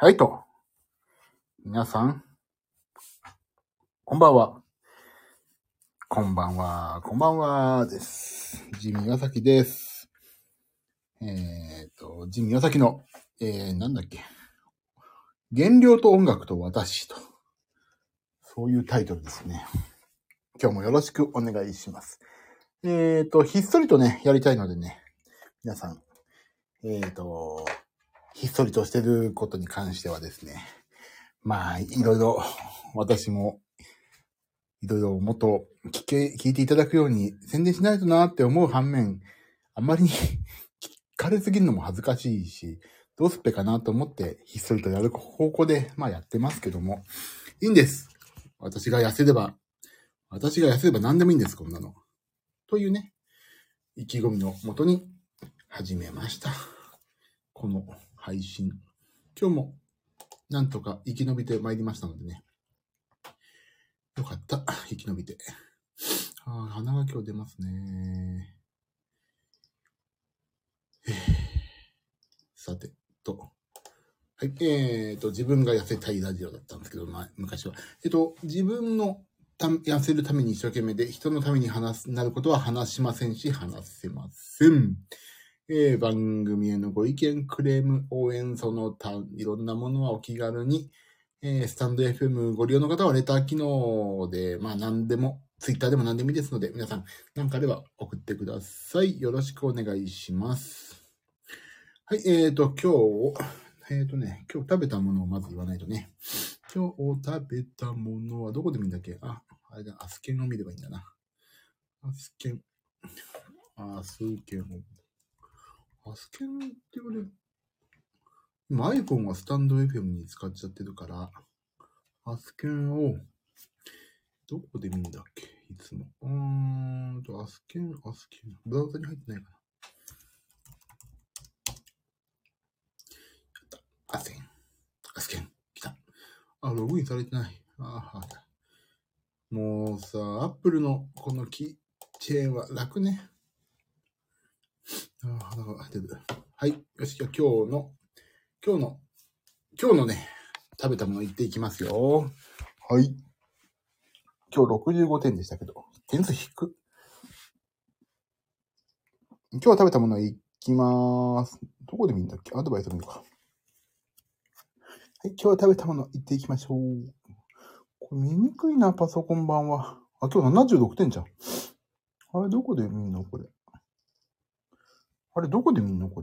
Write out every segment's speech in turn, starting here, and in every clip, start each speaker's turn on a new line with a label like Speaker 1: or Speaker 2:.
Speaker 1: はいと。皆さん、こんばんは。こんばんは。こんばんはです。ジミヤサキです。ジミヤサキの、なんだっけ。原料と音楽と私と。そういうタイトルですね。今日もよろしくお願いします。ひっそりとね、やりたいのでね。皆さん、ひっそりとしてることに関してはですね。まあ、いろいろ、私も、いろいろもっと聞いていただくように宣伝しないとなって思う反面、あんまりに聞かれすぎるのも恥ずかしいし、どうすっぺかなと思ってひっそりとやる方向で、まあやってますけども、いいんです。私が痩せれば何でもいいんです、こんなの。というね、意気込みのもとに始めました。この配信。今日もなんとか生き延びてまいりましたのでね。よかった。生き延びて。鼻が今日出ますね。さてと。はい。自分が痩せたいラジオだったんですけど、昔は。自分の痩せるために一生懸命で、人のためになることは話しませんし、話せません。番組へのご意見、クレーム、応援、いろんなものはお気軽に、スタンド FM ご利用の方はレター機能で、何でも、ツイッターでも何でもいいですので、皆さん、何かあれば送ってください。よろしくお願いします。はい、今日食べたものをまず言わないとね。今日食べたものはどこで見るんだっけ？あれだ、アスケンを見ればいいんだな。アスケンって俺、今 iPhone はスタンド FM に使っちゃってるから、アスケンを、どこで見るんだっけ？いつも。アスケン、ブラウザに入ってないかな。アスケン、来た。ログインされてない。もうさ、アップルのこのキーチェーンは楽ね。鼻が出てる。はい。よし、じゃあ今日のね、食べたもの言っていきますよ。はい。今日65点でしたけど、点数低く。今日食べたものいきまーす。どこで見るんだっけ？アドバイス見るか。はい。今日食べたもの言っていきましょう。これ見にくいな、パソコン版は。今日76点じゃん。あれ、どこで見んのこれ。どこで見んの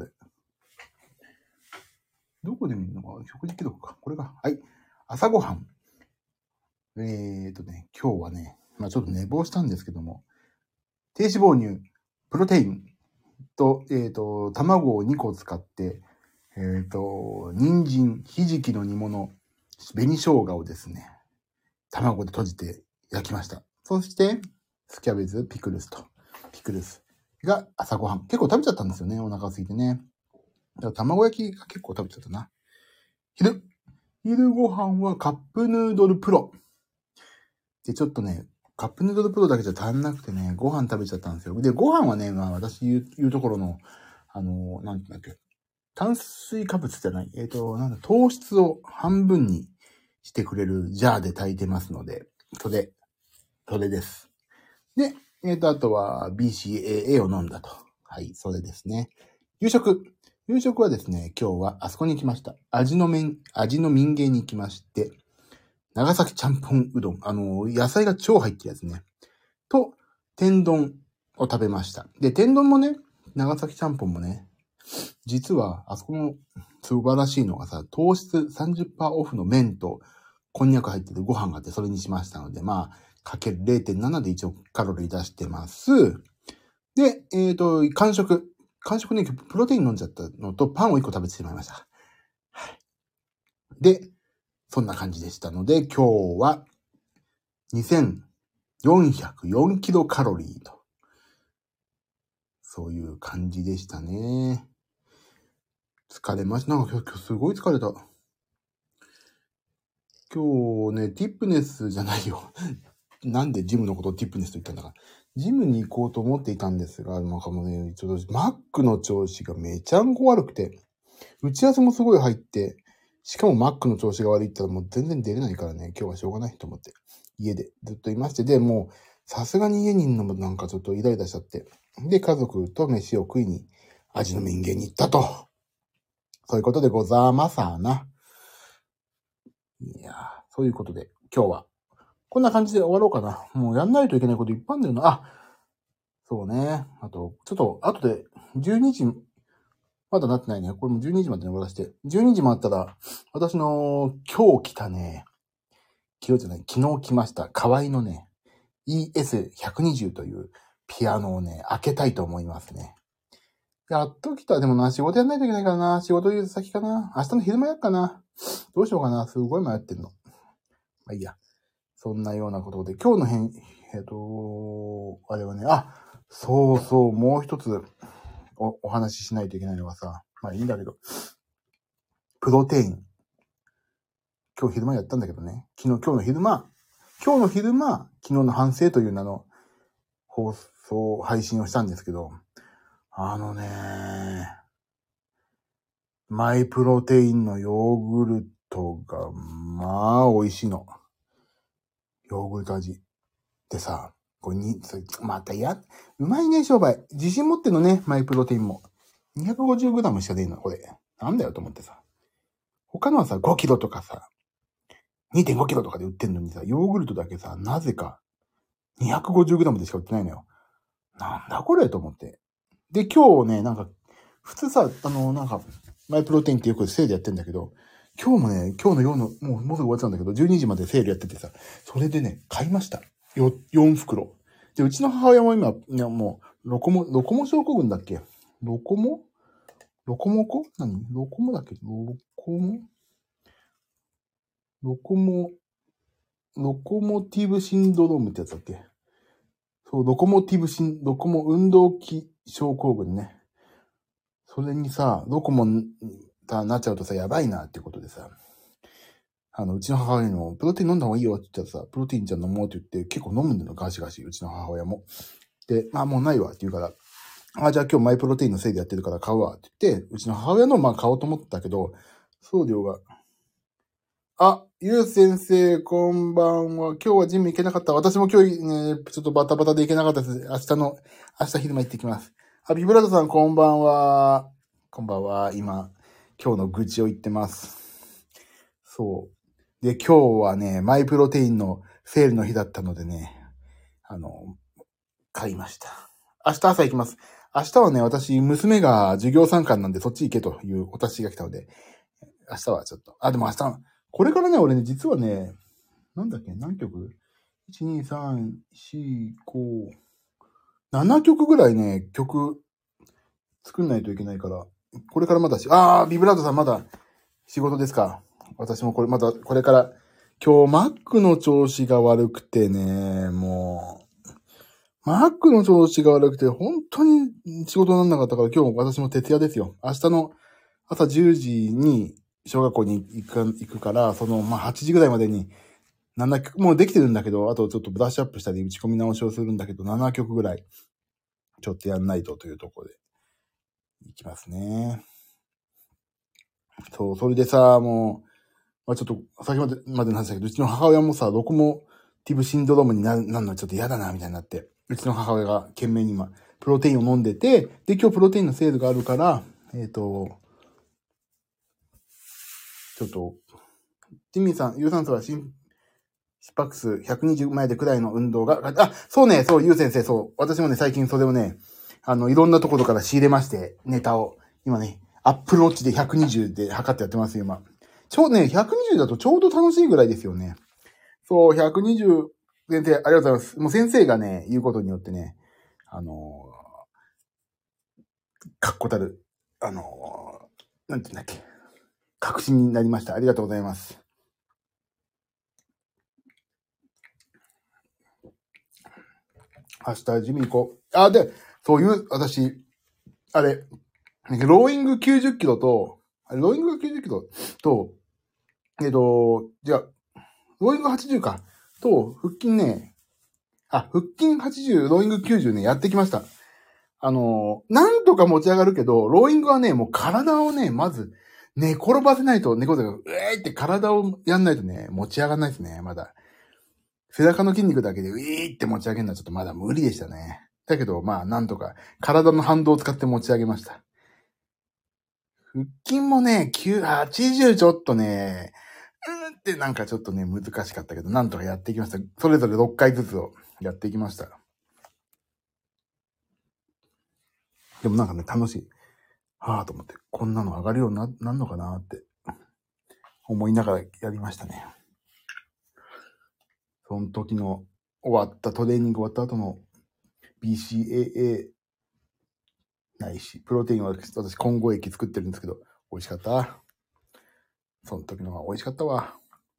Speaker 1: 食事記録か。これが。はい。朝ごはん。今日はね、ちょっと寝坊したんですけども、低脂肪乳、プロテインと、卵を2個使って、人参、ひじきの煮物、紅生姜をですね、卵で閉じて焼きました。そして、スキャベツ、ピクルスが朝ごはん。結構食べちゃったんですよね、お腹空いてね。だから卵焼きが結構食べちゃったな。昼ごはんはカップヌードルプロ。で、ちょっとね、カップヌードルプロだけじゃ足んなくてね、ご飯食べちゃったんですよ。で、ご飯はね、私言うところの、なんていうんだっけ、炭水化物じゃない、糖質を半分にしてくれるジャーで炊いてますので、それです。で、あとは BCAA を飲んだと。はい、それですね。夕食はですね、今日はあそこに行きました。味の民芸に行きまして、長崎ちゃんぽんうどん。野菜が超入ってるやつね。と、天丼を食べました。で、天丼もね、長崎ちゃんぽんもね、実は、あそこの素晴らしいのがさ、糖質 30% オフの麺と、こんにゃく入ってるご飯があって、それにしましたので、かける 0.7 で一応カロリー出してます。で、間食ね、プロテイン飲んじゃったのと、パンを1個食べてしまいました。はい。で、そんな感じでしたので、今日は、2404キロカロリーと。そういう感じでしたね。疲れました。今日すごい疲れた。今日ね、ティップネスじゃないよ。なんでジムのことをティップネスと言ったんだか。ジムに行こうと思っていたんですが、ちょっと Mac の調子がめちゃんこ悪くて、打ち合わせもすごい入って、 しかも Mac の調子が悪いって言ったらもう全然出れないからね、今日はしょうがないと思って。家でずっといまして。で、もう、さすがに家にいるのもなんかちょっとイライラしちゃって。で、家族と飯を食いに、味の民芸に行ったと。そういうことでございますな。いやー、そういうことで、今日は、こんな感じで終わろうかな。もうやんないといけないこといっぱいあるんだよな。あ、そうね。あと、ちょっと、後で、12時、まだなってないね。これも12時までに終わらせて。12時もあったら、私の今日来たね、昨日来ました。河合のね、ES120 というピアノをね、開けたいと思いますね。やっと来た。でもな、仕事やんないといけないからな。仕事言う先かな。明日の昼間やっかな。どうしようかな。すごい迷ってんの。まあいいや。そんなようなことで、今日のあれはね、そうそう、もう一つお話ししないといけないのがさ、まあいいんだけど、プロテイン。今日昼間やったんだけどね。今日の昼間、昨日の反省という名の配信をしたんですけど、マイプロテインのヨーグルトが、まあ、美味しいの。ヨーグルト味。でさ、これまたうまいね、商売。自信持ってんのね、マイプロテインも。250g しか出んの、これ。なんだよと思ってさ。他のはさ、5キロとかさ、2.5 キロとかで売ってんのにさ、ヨーグルトだけさ、なぜか 250g でしか売ってないのよ。なんだこれと思って。で、今日ね、普通さ、マイプロテインってよくセールやってんだけど、今日の夜の、もうすぐ終わっちゃうんだけど、12時までセールやっててさ、それでね、買いました。4袋。で、うちの母親も今、もう、ロコモ症候群だっけ？ロコモだっけ？ロコモティブシンドロームってやつだっけ？そう、ロコモ運動器症候群ね。それにさ、ロコモなっちゃうとさ、やばいなっていうことでさ、うちの母親にも、プロテイン飲んだ方がいいよって言ったらさ、プロテインじゃ飲もうって言って、結構飲むんだよ、ガシガシ、うちの母親も。で、もうないわって言うから、じゃあ今日マイプロテインのせいでやってるから買うわって言って、うちの母親の買おうと思ったけど、送料が、ゆう先生、こんばんは。今日はジム行けなかった。私も今日ね、ちょっとバタバタで行けなかったです。明日昼間行ってきます。ビブラートさん、こんばんは。こんばんは。今日の愚痴を言ってます。そう。で、今日はね、マイプロテインのセールの日だったのでね、買いました。明日朝行きます。明日はね、私、娘が授業参観なんでそっち行けというお達しが来たので、明日はちょっと、でも明日、これからね、俺ね、実はね、何曲 ?1、2、3、4、5、7曲ぐらいね、曲作んないといけないから、これからまだビブラートさんまだ仕事ですか？私もこれから、今日 Mac の調子が悪くてね、もう、Mac の調子が悪くて、本当に仕事にならなかったから、今日私も徹夜ですよ。明日の朝10時に小学校に行くから、8時ぐらいまでに7曲、もうできてるんだけど、あとちょっとブラッシュアップしたり打ち込み直しをするんだけど、7曲ぐらい、ちょっとやんないというところで、行きますね。そう、それでさ、もう、ちょっと、先までなんですけど、うちの母親もさ、ロコモティブシンドロームになるのちょっと嫌だな、みたいになって、うちの母親が懸命に今、プロテインを飲んでて、で、今日プロテインのセールがあるから、ちょっと、ジミーさん、有酸素は心拍数120前でくらいの運動が、そうね、そう、ゆう先生、そう。私もね、最近それをね、いろんなところから仕入れまして、ネタを。今ね、アップルウォッチで120で測ってやってますよ、今。120だとちょうど楽しいぐらいですよね。そう、120、先生、ありがとうございます。もう先生がね、言うことによってね、確固たる、なんて言うんだっけ、確信になりました。ありがとうございます。明日ジム行こう。で、そういう、私、ローイング90キロと、ローイングが90キロと、じゃあ、ローイング80か。と、腹筋ね、腹筋80、ローイング90ね、やってきました。なんとか持ち上がるけど、ローイングはね、もう体をね、まず、 寝転ばせないと、猫背が、うえーって体をやんないとね、持ち上がらないですね、まだ。背中の筋肉だけでウィーって持ち上げるのはちょっとまだ無理でしたね。だけど、まあ、なんとか、体の反動を使って持ち上げました。腹筋もね、80ちょっとね、ってなんかちょっとね、難しかったけど、なんとかやっていきました。それぞれ6回ずつをやっていきました。でもなんかね、楽しい。はぁと思って、こんなの上がるようになんのかなって思いながらやりましたね。その時のトレーニング終わった後の BCAA ないし、プロテインは私混合液作ってるんですけど、美味しかった。その時のが美味しかったわ。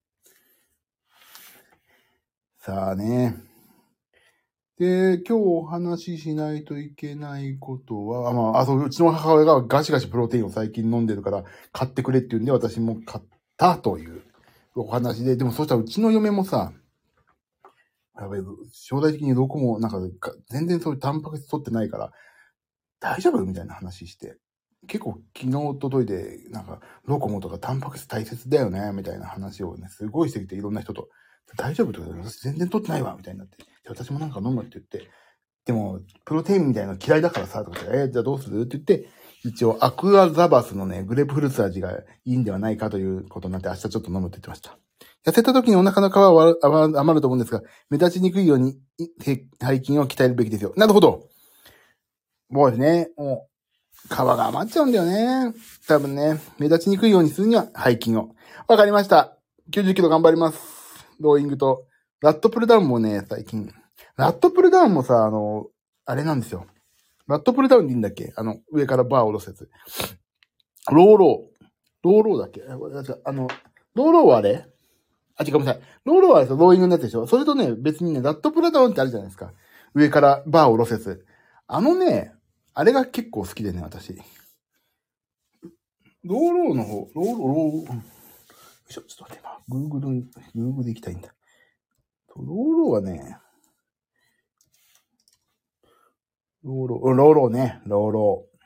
Speaker 1: さあね。で、今日お話ししないといけないことは、うちの母親がガシガシプロテインを最近飲んでるから買ってくれって言うんで私も買ったというお話で、でもそしたらうちの嫁もさ、やばい、将来的にどこもなんか全然そういうタンパク質取ってないから、大丈夫みたいな話して、結構昨日おとといで、なんか、ドコモとかタンパク質大切だよね、みたいな話をね、すごいしてきて、いろんな人と、大丈夫とか、私全然取ってないわ、みたいになって、私もなんか飲むって言って、でも、プロテインみたいなの嫌いだからさ、とかじゃあどうするって言って、一応、アクアザバスのね、グレープフルーツ味がいいんではないかということになって、明日ちょっと飲むって言ってました。痩せた時にお腹の皮は余ると思うんですが、目立ちにくいように背筋を鍛えるべきですよ。なるほど。もうですね、もう、皮が余っちゃうんだよね。多分ね、目立ちにくいようにするには背筋を。わかりました。90キロ頑張ります。ローイングと。ラットプルダウンもね、最近。ラットプルダウンもさ、あれなんですよ。ラットプルダウンでいいんだっけ上からバーを下ろすやつ。ローローだっけローローはあれ違う、ごめんなさい。ローローはローイングのやつでしょそれとね、別にね、ラットプルダウンってあるじゃないですか。上からバーを下ろすやつ。あれが結構好きでね、私。ローローの方、ロー、よいしょ、ちょっと待って、グーグル行きたいんだ。ローローはね、ローローね、ローロー。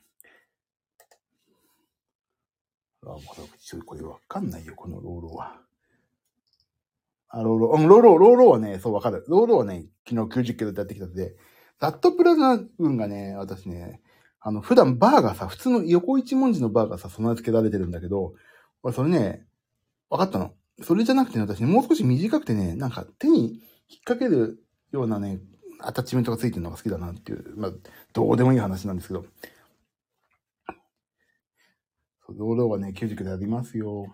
Speaker 1: これわかんないよ、このローローは。ローローはね、そうわかる。ローローはね、昨日90キロでやってきたんで、ラットプラザ運がね、私ね、普段バーがさ、普通の横一文字のバーがさ、備え付けられてるんだけど、俺それね、わかったの。それじゃなくてね、私ね、もう少し短くてね、なんか手に引っ掛けるようなね、アタッチメントがついてるのが好きだなっていう、どうでもいい話なんですけど。ローローはね、90キロでやりますよ。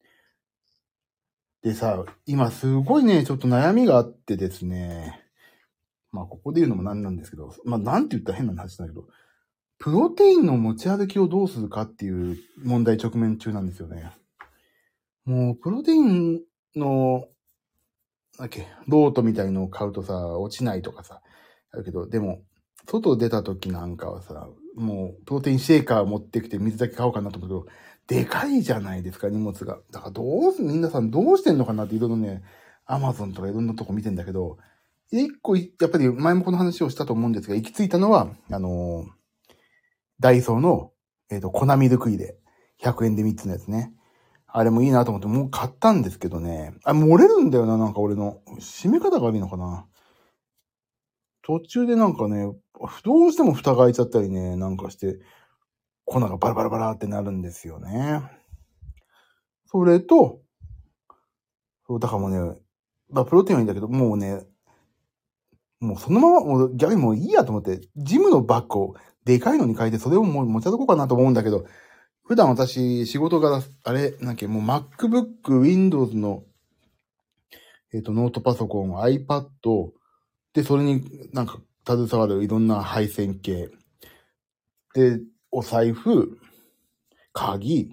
Speaker 1: でさ、今すごいね、ちょっと悩みがあってですね、ここで言うのもなんなんですけど、なんて言ったら変な話なんだけど、プロテインの持ち歩きをどうするかっていう問題直面中なんですよね。もう、プロテインの、ロートみたいのを買うとさ、落ちないとかさ、だけど、でも、外出た時なんかはさ、もう、プロテインシェーカー持ってきて水だけ買おうかなと思うけど、でかいじゃないですか、荷物が。だから皆さんどうしてんのかなっていろいろね、アマゾンとかいろんなとこ見てんだけど、一個、やっぱり前もこの話をしたと思うんですが、行き着いたのは、ダイソーの、粉ミルク入れ。100円で3つのやつね。あれもいいなと思って、もう買ったんですけどね。漏れるんだよな、なんか俺の。締め方が悪いのかな。途中でなんかね、どうしても蓋が開いちゃったりね、なんかして、粉がバラバラバラってなるんですよね。それと、だからもうね、プロテインはいいんだけど、もうね、もうそのまま、逆にもういいやと思って、ジムのバッグをでかいのに変えて、それをもう持ち歩こうかなと思うんだけど、普段私、仕事柄、もう MacBook、Windows の、ノートパソコン、iPad、で、それになんか携わるいろんな配線系。で、お財布、鍵、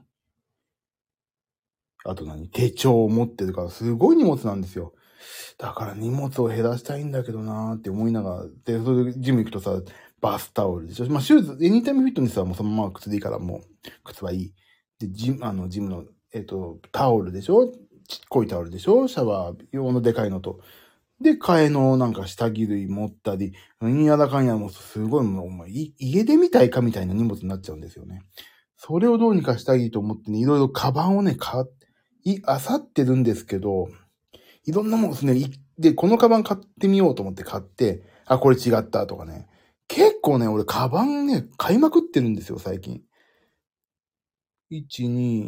Speaker 1: あと手帳を持ってるから、すごい荷物なんですよ。だから荷物を減らしたいんだけどなーって思いながら、で、それでジム行くとさ、バスタオルでしょ。シューズ、エニタイムフィットネスはもうそのまま靴でいいから、もう、靴はいい。で、ジムの、タオルでしょちっこいタオルでしょシャワー用のでかいのと。で、替えのなんか下着類持ったり、やらかんやもうすごいもう、家出みたいかみたいな荷物になっちゃうんですよね。 それをどうにかしたいと思ってね、いろいろカバンをね、あさってるんですけど、いろんなもんですね。で、このカバン買ってみようと思って買って、あ、これ違ったとかね。結構ね、俺カバンね、買いまくってるんですよ、最近。1、2、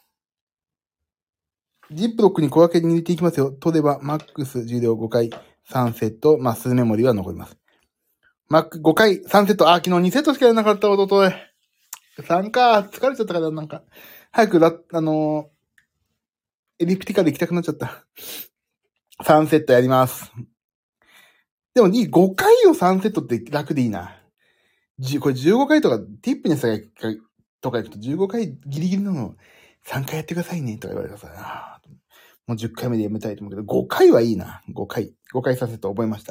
Speaker 1: ジップロックに小分けに入れていきますよ。取れば、マックス重量5回、3セット、まあ、スメモリは残ります。5回、3セット、昨日2セットしかやらなかった、おととい。3か、疲れちゃったから、なんか、早くエリプティカル行きたくなっちゃった。3セットやります。でも5回を3セットって楽でいいな。これ15回とか、ティップネスとか行くと15回ギリギリなの3回やってくださいねとか言われたらさ、もう10回目でやめたいと思うけど、5回はいいな。5回3セット覚えました。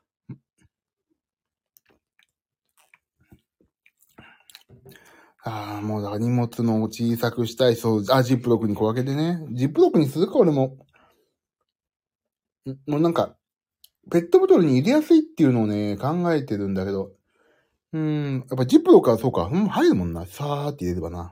Speaker 1: もうだから荷物の小さくしたい。そう、ジップロックに小分けでね。ジップロックにするか、俺も。もうなんか、ペットボトルに入れやすいっていうのをね、考えてるんだけど。やっぱジップロックはそうか。入るもんな。さーって入れればな。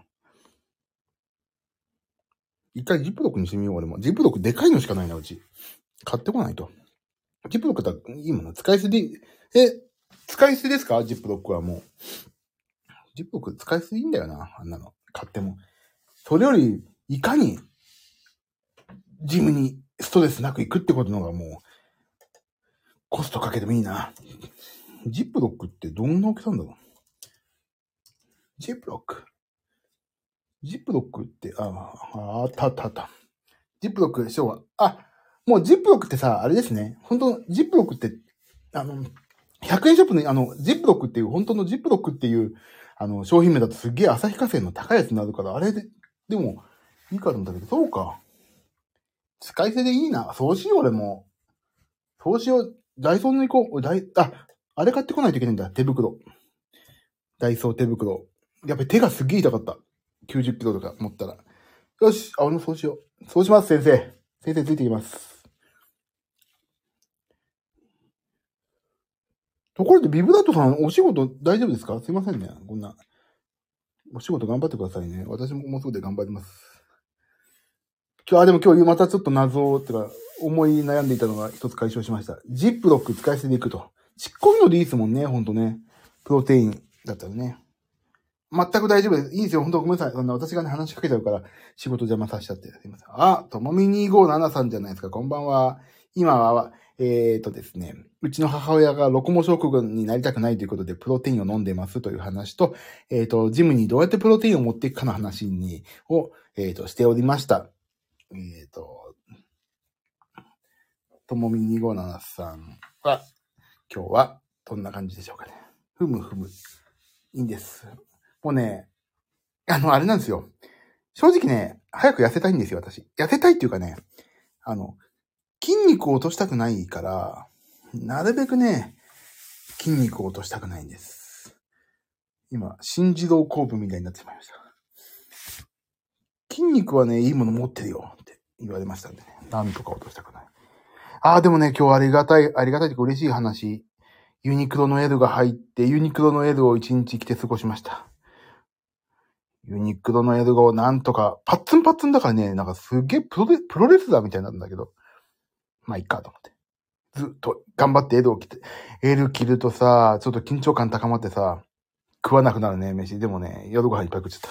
Speaker 1: 一回ジップロックにしてみよう、俺も。ジップロックでかいのしかないな、うち。買ってこないと。ジップロックだったらいいもの。使い捨てで、使い捨てですか？ジップロックはもう。ジップロック使い捨ていいんだよな、あんなの。買っても。それより、いかに、ジムにストレスなく行くってことのがもう、コストかけてもいいな。ジップロックってどんな大きさなんだろう？ジップロックって、あった。ジップロック、昭和。もうジップロックってさ、あれですね。本当ジップロックって、100円ショップの、ジップロックっていう、本当のジップロックっていう、商品名だとすっげえ旭化成の高いやつになるから、あれで、でも、いいかと思ったけど、そうか。使い捨てでいいな。そうしよう、俺も。そうしよう。ダイソーに行こう。あれ買ってこないといけないんだ。手袋。ダイソー手袋。やっぱり手がすっげえ痛かった。90キロとか持ったら。よし、俺もそうしよう。そうします、先生。先生ついてきます。ところで、ビブラートさん、お仕事大丈夫ですか？すいませんね。こんな。お仕事頑張ってくださいね。私ももうすぐで頑張ります。でも今日またちょっと謎ってか、思い悩んでいたのが一つ解消しました。ジップロック使い捨てでいくと。ちっこいのでいいですもんね、ほんとね。プロテインだったらね。全く大丈夫です。いいですよ。本当ごめんなさい。私がね、話しかけちゃうから、仕事邪魔させちゃって。すいません。ともみ257さんじゃないですか。こんばんは。今は、ですね、うちの母親がロコモ症候群になりたくないということで、プロテインを飲んでますという話と、ジムにどうやってプロテインを持っていくかの話を、しておりました。ともみ257さんは、今日は、どんな感じでしょうかね。ふむ。いいんです。もうね、あれなんですよ。正直ね、早く痩せたいんですよ、私。痩せたいっていうかね、筋肉を落としたくないから、なるべくね、筋肉を落としたくないんです。今、新自動構文みたいになってしまいました。筋肉はね、いいもの持ってるよって言われましたんでね。なんとか落としたくない。でもね、今日ありがたいというか嬉しい話。ユニクロの L が入って、ユニクロの L を1日着て過ごしました。ユニクロの L をなんとか、パッツンだからね、なんかすげえプロレスラーみたいになるんだけど、まあいっかと思って。ずっと頑張って L を着て、L 着るとさ、ちょっと緊張感高まってさ、食わなくなるね、飯。でもね、夜ご飯いっぱい食っちゃった。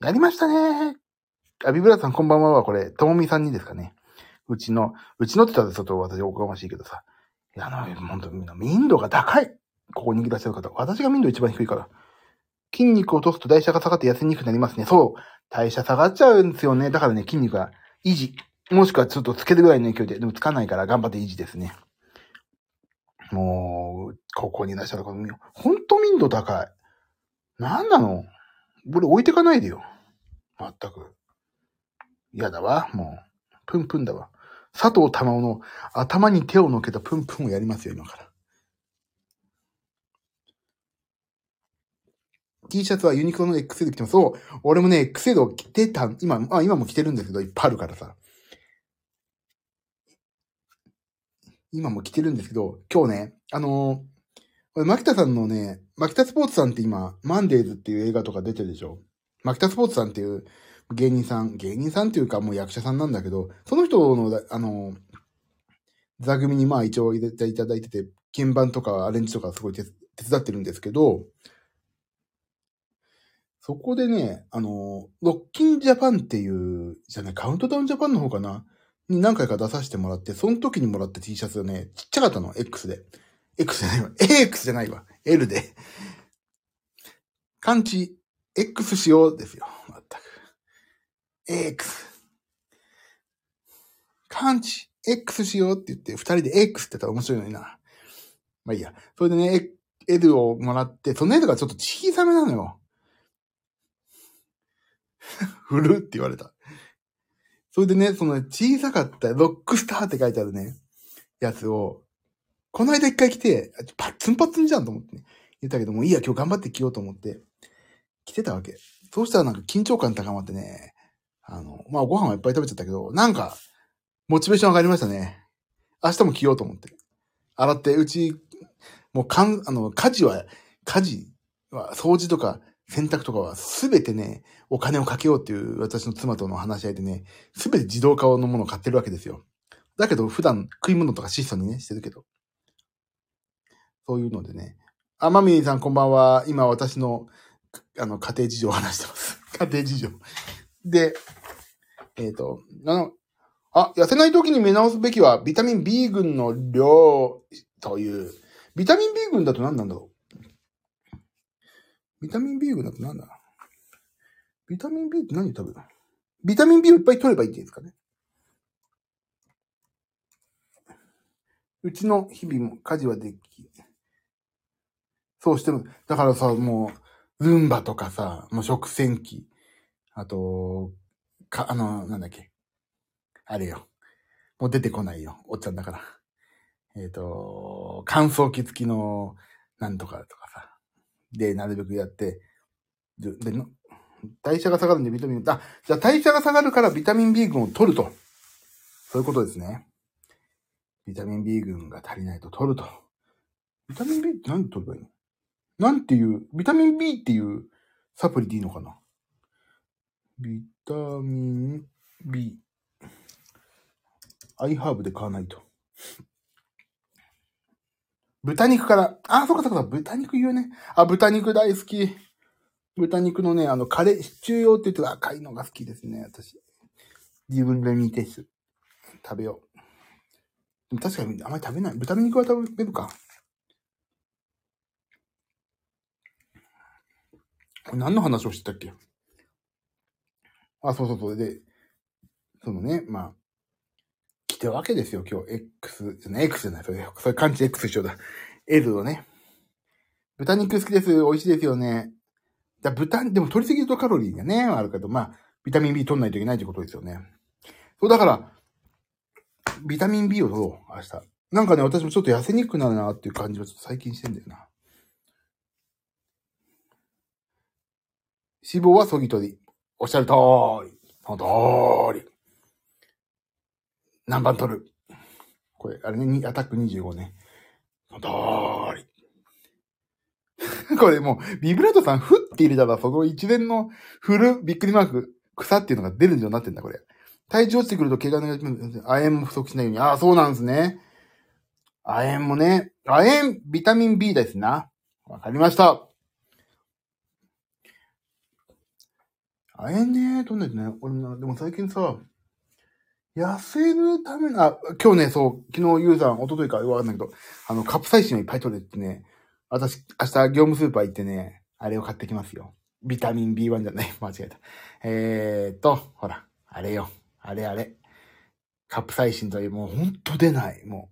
Speaker 1: やりましたね。ビブラーさんこんばんは。これ、ともみさんにですかね。うちのって言ったらちょっと私おこがましいけどさ。本当に民度が高い。ここにいらっしゃる方。私が民度一番低いから。筋肉を落とすと代謝が下がって痩せにくくなりますね。そう。代謝下がっちゃうんですよね。だからね、筋肉が維持。もしくはちょっとつけるぐらいの勢いで。でもつかないから頑張って維持ですね。もう、ここにいらっしゃる方、ほんと民度高い。なんなの？これ置いてかないでよ。まったく。嫌だわ。もう。プンプンだわ。佐藤珠緒の頭に手を乗っけたプンプンをやりますよ、今から。T シャツはユニクロの XL 着てます。そう。俺もね、XL を着てた、今も着てるんですけど、いっぱいあるからさ。今も着てるんですけど、今日ね、牧田さんのね、牧田スポーツさんって今、マンデーズっていう映画とか出てるでしょ。 マキタスポーツさんっていう芸人さんっていうかもう役者さんなんだけど、その人の、座組にまあ一応入れていただいてて、鍵盤とかアレンジとかすごい手伝ってるんですけど、そこでね、ロッキンジャパンっていう、じゃね、カウントダウンジャパンの方かなに何回か出させてもらって、その時にもらった T シャツがね、ちっちゃかったの、X で。X じゃないわ。AX じゃないわ。L で。感知 X しようですよ。まったく。AX。感知 X しようって言って、二人で X って言ったら面白いのにな。まあいいや。それでね、L をもらって、その L がちょっと小さめなのよ。振るって言われた。それでね、その小さかったロックスターって書いてあるね、やつを、この間一回来て、パッツンじゃんと思ってね、言ったけども、いいや、今日頑張って着ようと思って、着てたわけ。そうしたらなんか緊張感高まってね、まあご飯はいっぱい食べちゃったけど、なんか、モチベーション上がりましたね。明日も着ようと思って。洗って、うち、もう家事は、掃除とか、洗濯とかはすべてね、お金をかけようっていう私の妻との話し合いでね、すべて自動化のものを買ってるわけですよ。だけど普段食い物とか質素にね、してるけど。そういうのでね。マミーさんこんばんは。今私の、家庭事情を話してます。家庭事情。で、痩せない時に見直すべきはビタミン B 群の量という。ビタミン B 群だと何なんだろう。ビタミン B 群だと何だ。ビタミン B って何食べるの？ビタミン B をいっぱい取ればいいっていうんですかね。うちの日々も家事はでき、そうしてる。だからさ、もう、ルンバとかさ、もう食洗機、あと、なんだっけ。あれよ。もう出てこないよ。おっちゃんだから。乾燥機付きの、なんとかとかさ。で、なるべくやって、で、代謝が下がるんでビタミン、じゃあ代謝が下がるからビタミン B 群を取ると。そういうことですね。ビタミン B 群が足りないと取ると。ビタミン B って何で取ればいいの？なんていう、ビタミン B っていうサプリでいいのかな？ビタミン B。アイハーブで買わないと。豚肉から、そうか、豚肉言うね。豚肉大好き。豚肉のね、カレー、シチュー用って言ってる赤いのが好きですね、私。自分で煮て食べよう。でも確かにあまり食べない。豚肉は食べるか。これ何の話をしてたっけ？そう。で、そのね、まあ、来てるわけですよ、今日。X じゃない、それ漢字 X 一緒だ。L をね。豚肉好きです。美味しいですよね。でも取りすぎるとカロリーがね、あるけど、まあ、ビタミン B 取んないといけないってことですよね。そう、だから、ビタミン B を取ろう、明日。なんかね、私もちょっと痩せにくくなるなっていう感じはちょっと最近してんだよな。脂肪はそぎ取り。おっしゃる通り。その通り。何番取る？これ、あれね、アタック25ね。その通り。これもう、ビブラートさん、ふって入れたら、その一連のフルびっくりマーク、草っていうのが出るようになってんだ、これ。体重落ちてくると怪我の亜鉛も不足しないように。そうなんですね。亜鉛もね。亜鉛、ビタミン B ですな。わかりました。亜鉛ね、どんなやつね。俺な、でも最近さ、痩せるための、今日ね、そう、昨日ユーザー、一昨日かわかんないけど、カプサイシンをいっぱい取れってね、私、明日業務スーパー行ってね、あれを買ってきますよ。ビタミン B1 じゃない、間違えた。ほら、あれよ。あれ。カプサイシンという、もうほんと出ない。もう。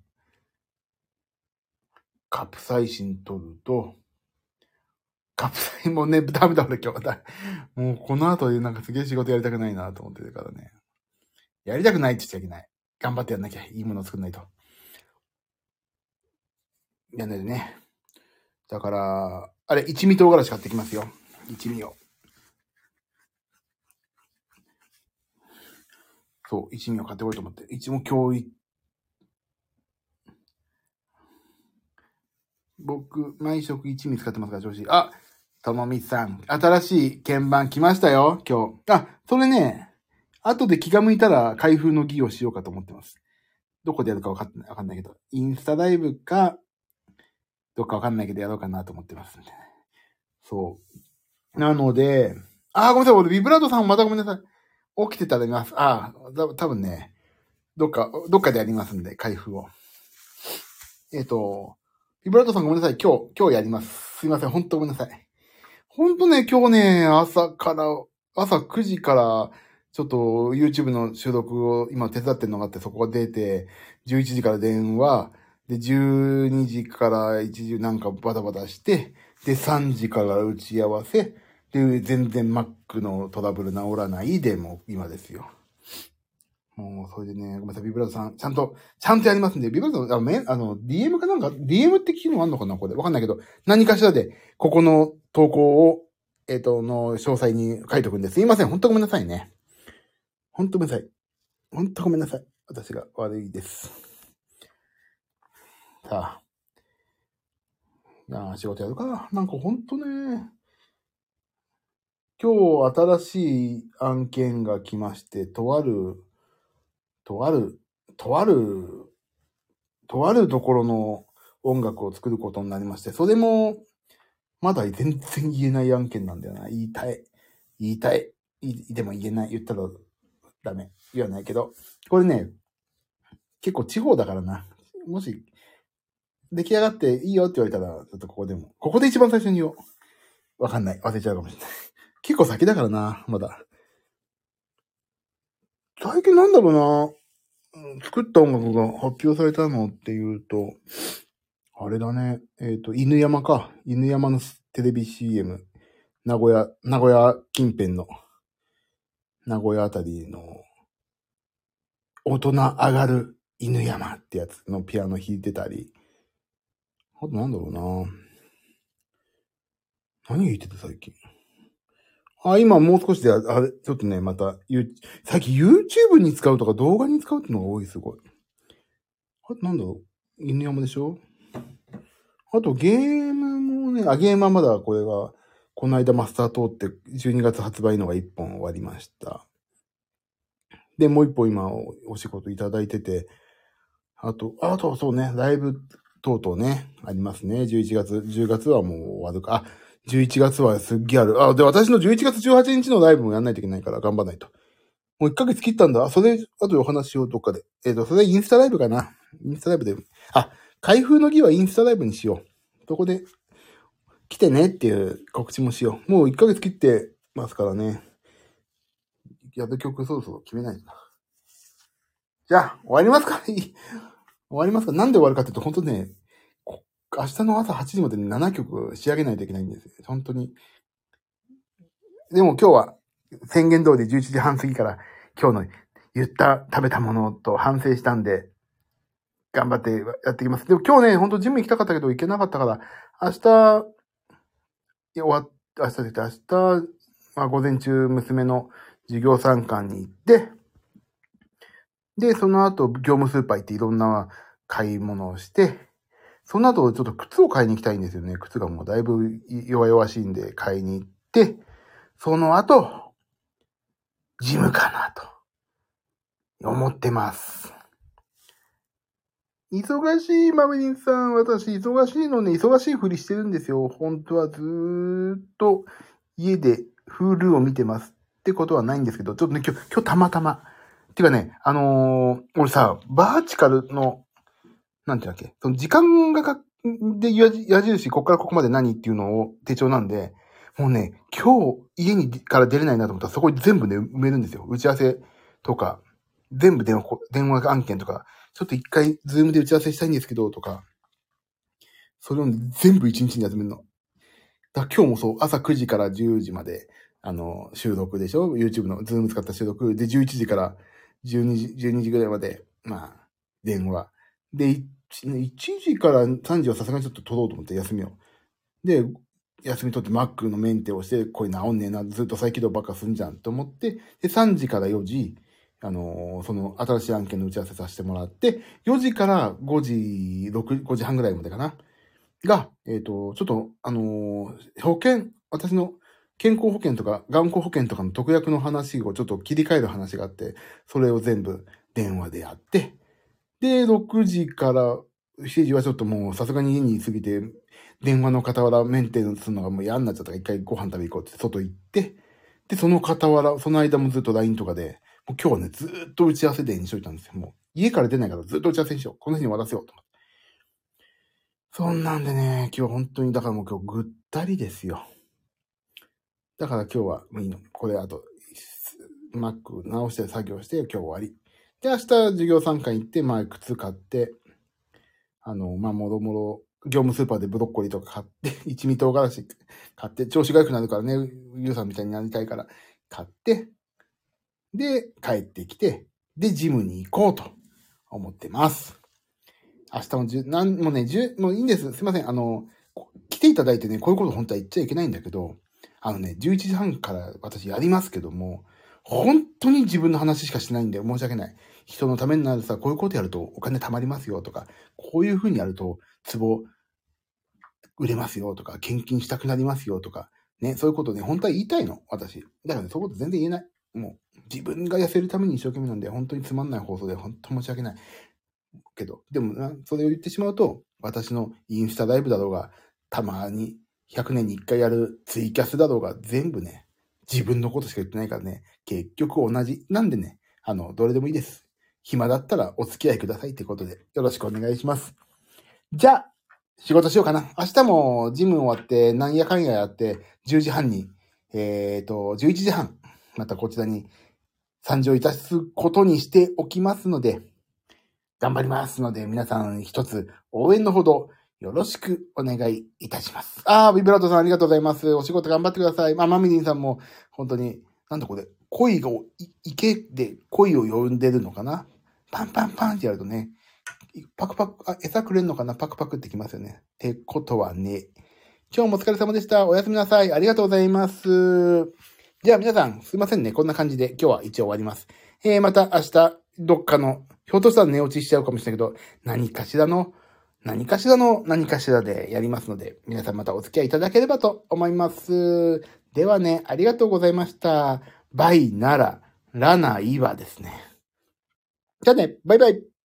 Speaker 1: カプサイシン取ると、カプサインもね、ダメだ俺今日だ。もうこの後でなんかすげえ仕事やりたくないなと思ってるからね。やりたくないって言っちゃいけない。頑張ってやんなきゃ。いいものを作んないと。やんないでね。だから、あれ、一味唐辛子買ってきますよ。一味を。そう、一味を買ってこいと思って。一味今日、僕、毎食一味使ってますから、調子。 ともみさん、新しい鍵盤来ましたよ、今日。あ、それね、後で気が向いたら開封の儀をしようかと思ってます。どこでやるかわかんないけど、インスタライブか、どっかわかんないけどやろうかなと思ってますんで。そう。なので、ごめんなさい、俺ビブラートさんまたごめんなさい。起きてたら見ます。多分ね、どっかでやりますんで、開封を。ビブラートさんごめんなさい。今日やります。すいません。ほんとごめんなさい。ほんとね、今日ね、朝9時から、ちょっと YouTube の収録を今手伝ってるのがあって、そこが出て、11時から電話、で、12時から1時なんかバタバタして、で、3時から打ち合わせ、で、全然 Mac のトラブル治らないで、もう今ですよ。もう、それでね、ごめんなさい、ビブラートさん、ちゃんとやりますんで、ビブラートさん、DM かなんか、DM って機能あんのかなこれ。わかんないけど、何かしらで、ここの投稿を、の詳細に書いておくんで、すいません、ほんとごめんなさいね。ほんとごめんなさい。ほんとごめんなさい。私が悪いです。さあ。いや仕事やるか。なんかほんとね、今日新しい案件が来まして、とあるところの音楽を作ることになりまして、それも、まだ全然言えない案件なんだよな。言いたい。でも言えない。言ったらダメ。言わないけど。これね、結構地方だからな。もし、出来上がっていいよって言われたら、ちょっとここで一番最初に言おう。わかんない。忘れちゃうかもしれない。結構先だからな、まだ。最近なんだろうな。作った音楽が発表されたのっていうと、あれだね。犬山か。犬山のテレビ CM。名古屋近辺の、名古屋あたりの、大人上がる犬山ってやつのピアノ弾いてたり。あとなんだろうな。何弾いてた最近。今もう少しで、ちょっとね、また、最近 YouTube に使うとか動画に使うってのが多い、すごい。あとなんだろう。犬山でしょ。あとゲームもね、ゲームはまだこれが、この間マスター通って12月発売のが1本終わりました。で、もう1本今お仕事いただいてて、あとそうね、ライブ等々ね、ありますね。10月はもう終わるか。11月はすっげえある。で、私の11月18日のライブもやんないといけないから頑張らないと。もう1ヶ月切ったんだ。それ、あとでお話ししよう、どっかで。それインスタライブかな。インスタライブで。開封の儀はインスタライブにしよう。そこで、来てねっていう告知もしよう。もう1ヶ月切ってますからね。やる曲そろそろ決めないとな。じゃあ、終わりますか終わりますか。なんで終わるかっていうと、本当ね、明日の朝8時までに7曲仕上げないといけないんですよ。本当に。でも今日は宣言通り11時半過ぎから今日の食べたものと反省したんで、頑張ってやっていきます。でも今日ね、本当ジム行きたかったけど行けなかったから、明日、午前中娘の授業参観に行って、で、その後業務スーパー行っていろんな買い物をして、その後ちょっと靴を買いに行きたいんですよね。靴がもうだいぶ弱々しいんで買いに行って、その後、ジムかなと思ってます。忙しい、マメリンさん。私、忙しいのね、忙しいふりしてるんですよ。本当はずーっと家で Hulu を見てますってことはないんですけど、ちょっとね、今日たまたま。てかね、俺さ、バーチカルの、なんていうんだっけ、その時間がで矢印、こっからここまで何っていうのを手帳なんで、もうね、今日家から出れないなと思ったらそこに全部ね、埋めるんですよ。打ち合わせとか、全部電話案件とか、ちょっと一回ズームで打ち合わせしたいんですけど、とか、それを全部一日に集めるの。だから今日もそう、朝9時から10時まで、収録でしょ ?YouTube のズーム使った収録。で、11時から12時ぐらいまで、電話。で、1時から3時はさすがにちょっと取ろうと思って休みを。で、休み取って Mac のメンテをして、これ治んねえな、ずっと再起動ばっかすんじゃんと思って、で、3時から4時、その新しい案件の打ち合わせさせてもらって、4時から5時半ぐらいまでかな。が、ちょっと、保険私の健康保険とか頑固保険とかの特約の話をちょっと切り替える話があって、それを全部電話でやって、で、6時から7時はちょっともうさすがに家に過ぎて、電話の傍らメンテナンスするのがもう嫌になっちゃったから一回ご飯食べ行こうって外行って、で、その傍ら、その間もずっと LINE とかで、もう今日はね、ずーっと打ち合わせでにしといたんですよ。もう家から出ないからずっと打ち合わせにしよう。この日に渡せようと思って。そんなんでね、今日本当に、だからもう今日ぐったりですよ。だから今日はもういいの。これあと、Mac 直して作業して今日終わり。で、明日授業参観行って、まあ靴買って、まあもろもろ、業務スーパーでブロッコリーとか買って、一味唐辛子買って、調子が良くなるからね、ゆうさんみたいになりたいから買って、で、帰ってきて、で、ジムに行こうと思ってます。明日ももうね、もういいんです。すいません。来ていただいてね、こういうこと本当は言っちゃいけないんだけど、11時半から私やりますけども、本当に自分の話しかしてないんで申し訳ない。人のためになるさ、こういうことやるとお金貯まりますよとか、こういう風にやると壺売れますよとか、献金したくなりますよとか、ね、そういうことね、本当は言いたいの、私。だからね、そういうこと全然言えない。もう、自分が痩せるために一生懸命なんで、本当につまんない放送で本当申し訳ない。けど、でもな、それを言ってしまうと、私のインスタライブだろうが、たまに100年に1回やるツイキャスだろうが、全部ね、自分のことしか言ってないからね、結局同じ。なんでね、どれでもいいです。暇だったらお付き合いくださいってことで、よろしくお願いします。じゃあ、仕事しようかな。明日もジム終わって、なんやかんややって、10時半に、11時半、またこちらに参上いたすことにしておきますので、頑張りますので、皆さん一つ応援のほどよろしくお願いいたします。ビブラートさんありがとうございます。お仕事頑張ってください。マミリンさんも本当に、なんだこれ、恋が、池で恋を呼んでるのかな？パンパンパンってやるとね、パクパク、餌くれんのかな？パクパクってきますよね。ってことはね、今日もお疲れ様でした。おやすみなさい。ありがとうございます。じゃあ皆さん、すいませんね。こんな感じで今日は一応終わります。また明日、どっかの、ひょっとしたら寝落ちしちゃうかもしれないけど、何かしらでやりますので、皆さんまたお付き合いいただければと思います。ではね、ありがとうございました。バイなら、ラナイはですね。じゃあね、バイバイ。